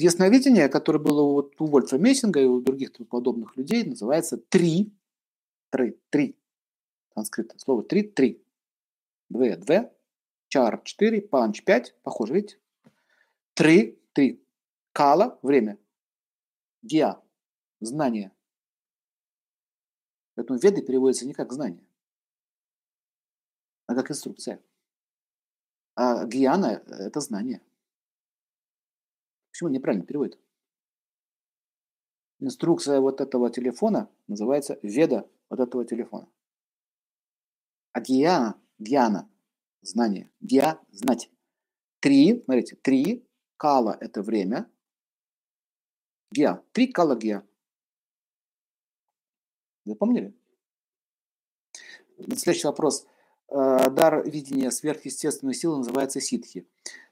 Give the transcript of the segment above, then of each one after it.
ясновидение, которое было вот у Вольфа Мессинга и у других подобных людей, называется три. Санскрит. Слово три. Две. Чар 4, панч 5. Похоже, видите? Три. Кала – время. Гья – знание. Поэтому веды переводятся не как знание, а как инструкция. А гьяна – это знание. Почему неправильно переводят? Инструкция вот этого телефона называется веда вот этого телефона. А гьяна – знание. Гья – знать. Смотрите, три. Кала – это время. Гья. Три кала гья. Вы помнили? Следующий вопрос. Дар видения сверхъестественной силы называется ситхи.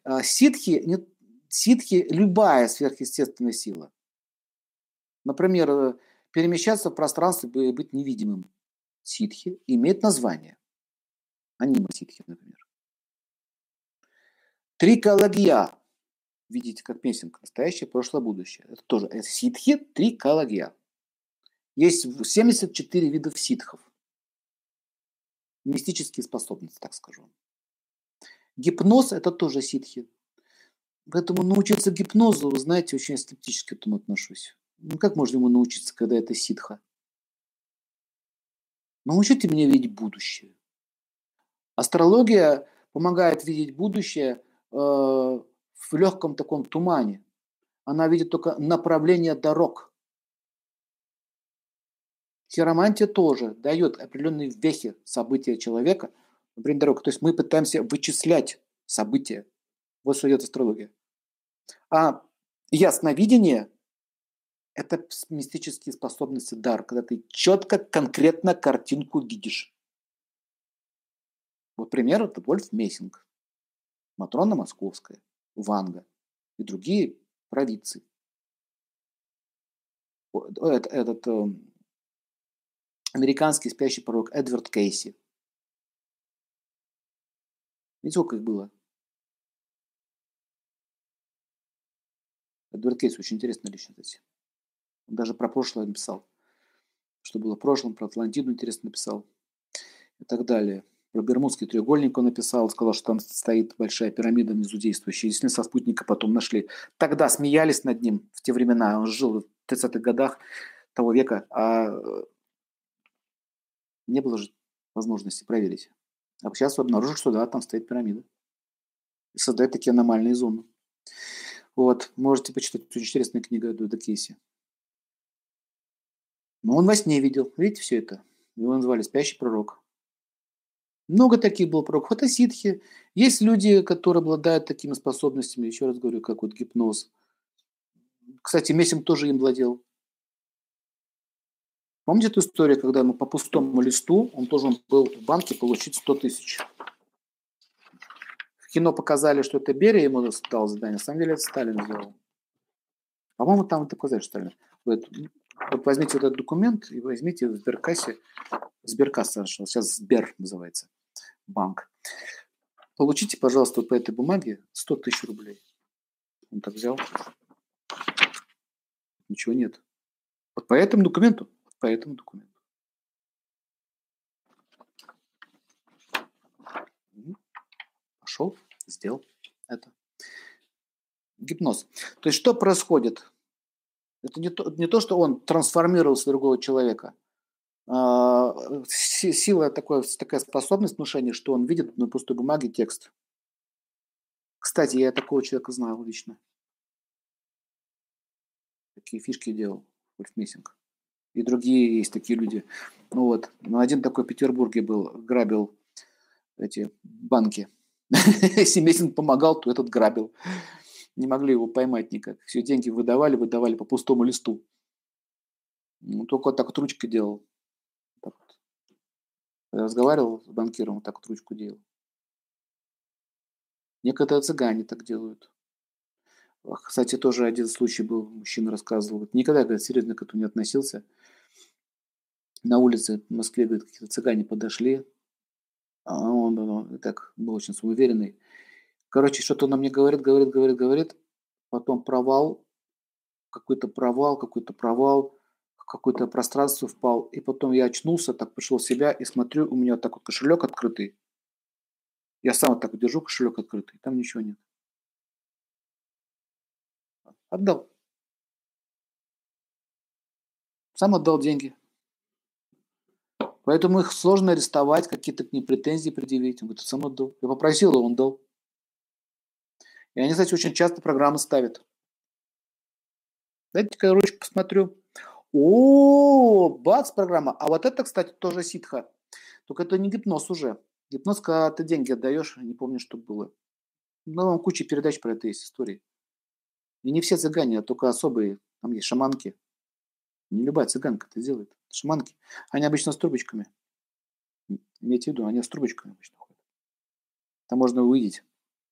Ситхи – любая сверхъестественная сила. Например, перемещаться в пространстве и быть невидимым. Ситхи имеет название. Анима ситхи, например. Трикалагия. Видите, как Мессинг. Настоящее, прошлое, будущее. Это тоже ситхи, трикалагия. Есть 74 видов ситхов. Мистические способности, так скажу. Гипноз – это тоже ситхи. Поэтому научиться гипнозу, вы знаете, очень скептически к этому отношусь. Ну, как можно ему научиться, когда это ситха? Научите меня видеть будущее. Астрология помогает видеть будущее в легком таком тумане. Она видит только направление дорог. Хиромантия тоже дает определенные вехи события человека, например, дорог. То есть мы пытаемся вычислять события. Вот что идет астрология. А ясновидение – это мистические способности, дар, когда ты четко, конкретно картинку видишь. Вот пример – это Вольф Мессинг, Матрона Московская, Ванга и другие провидцы. Этот американский спящий пророк Эдвард Кейси. Видите, сколько их было? Эдвард Кейси очень интересная личность. Он даже про прошлое написал. Что было в прошлом, про Атлантиду интересно написал. И так далее. Про Бермудский треугольник он написал, сказал, что там стоит большая пирамида внизу действующая. Если со спутника потом нашли. Тогда смеялись над ним в те времена. Он жил в 30-х годах того века, а не было же возможности проверить. А сейчас обнаружили, что да, там стоит пирамида. И создает такие аномальные зоны. Вот, можете почитать, очень интересная книга Эдварда Кейси. Но он во сне видел, видите, все это. Его назвали «Спящий пророк». Много таких было пророков. Это ситхи. Есть люди, которые обладают такими способностями, еще раз говорю, как вот гипноз. Кстати, Мессинг тоже им владел. Помните эту историю, когда по пустому листу он должен был в банке получить 100 тысяч? В кино показали, что это Берия ему дал задание. На самом деле это Сталин сделал. По-моему, там это показали, что Сталин. Вот возьмите вот этот документ и возьмите в Сберкассе. Сберкасса, сейчас Сбер называется. Банк. Получите, пожалуйста, вот по этой бумаге 100 тысяч рублей. Он так взял. Ничего нет. Вот по этому документу. Пошел, сделал это. Гипноз. То есть что происходит? Это не то, что он трансформировался в другого человека. Сила, такая способность внушения, что он видит на пустой бумаге текст. Кстати, я такого человека знал лично. Такие фишки делал Вольф Мессинг. И другие есть такие люди. Ну вот. Но один такой в Петербурге был, грабил эти банки. Если Мессинг помогал, то этот грабил. Не могли его поймать никак. Все деньги выдавали по пустому листу. Ну, только вот так вот ручкой делал. Так вот. Я разговаривал с банкиром, вот так вот ручку делал. Некоторые цыгане так делают. Кстати, тоже один случай был, мужчина рассказывал. Никогда, говорит, серьезно к этому не относился. На улице в Москве, говорит, какие-то цыгане подошли. А он так был очень самоуверенный. Короче, что-то он мне говорит. Потом провал. какой-то провал, в какое-то пространство впал. И потом я очнулся, так пришел в себя и смотрю, у меня вот так вот кошелек открытый. Я сам вот так вот держу кошелек открытый, там ничего нет. Отдал. Сам отдал деньги. Поэтому их сложно арестовать, какие-то к ним претензии предъявить. Он говорит, сам отдал. Я попросил, и он дал. И они, кстати, очень часто программы ставят. Дайте-ка ручку посмотрю. О, бац, программа. А вот это, кстати, тоже ситха. Только это не гипноз уже. Гипноз, когда ты деньги отдаешь, не помню, что было. Ну, куча передач про это есть, истории. И не все цыгане, а только особые. Там есть шаманки. Не любая цыганка это делает. Шаманки. Они обычно с трубочками. Имейте в виду, они с трубочками обычно ходят. Там можно увидеть.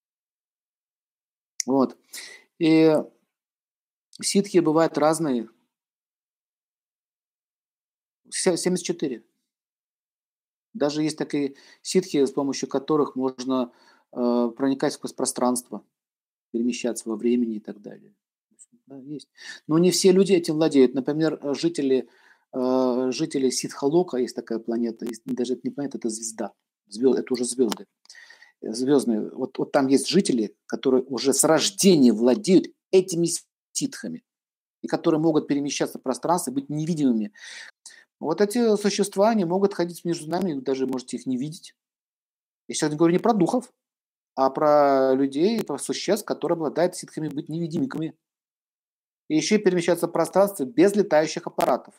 Вот. И ситхи бывают разные. 74. Даже есть такие ситхи, с помощью которых можно проникать сквозь пространство, перемещаться во времени и так далее. Да, есть. Но не все люди этим владеют. Например, жители Ситхолока, есть такая планета, даже это не планета, это звезда. Это уже звезды. Звездные. Вот там есть жители, которые уже с рождения владеют этими ситхами. И которые могут перемещаться в пространстве, быть невидимыми. Вот эти существа, они могут ходить между нами, вы даже можете их не видеть. Я сегодня говорю не про духов, а про людей, про существ, которые обладают ситхами быть невидимками. И еще и перемещаться в пространстве без летающих аппаратов.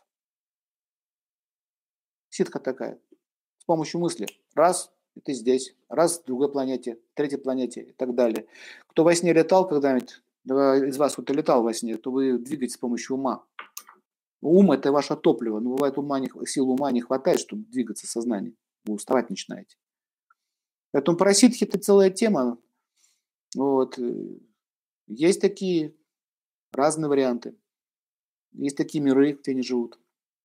Ситха такая. С помощью мысли. Раз, и ты здесь. Раз, в другой планете, третьей планете и так далее. Кто во сне летал когда-нибудь, из вас кто-то летал во сне, то вы двигаетесь с помощью ума. Ум – это ваше топливо. Но бывает, сил ума не хватает, чтобы двигаться сознанием. Вы уставать начинаете. Поэтому про ситхи – это целая тема. Вот. Есть такие разные варианты. Есть такие миры, где они живут.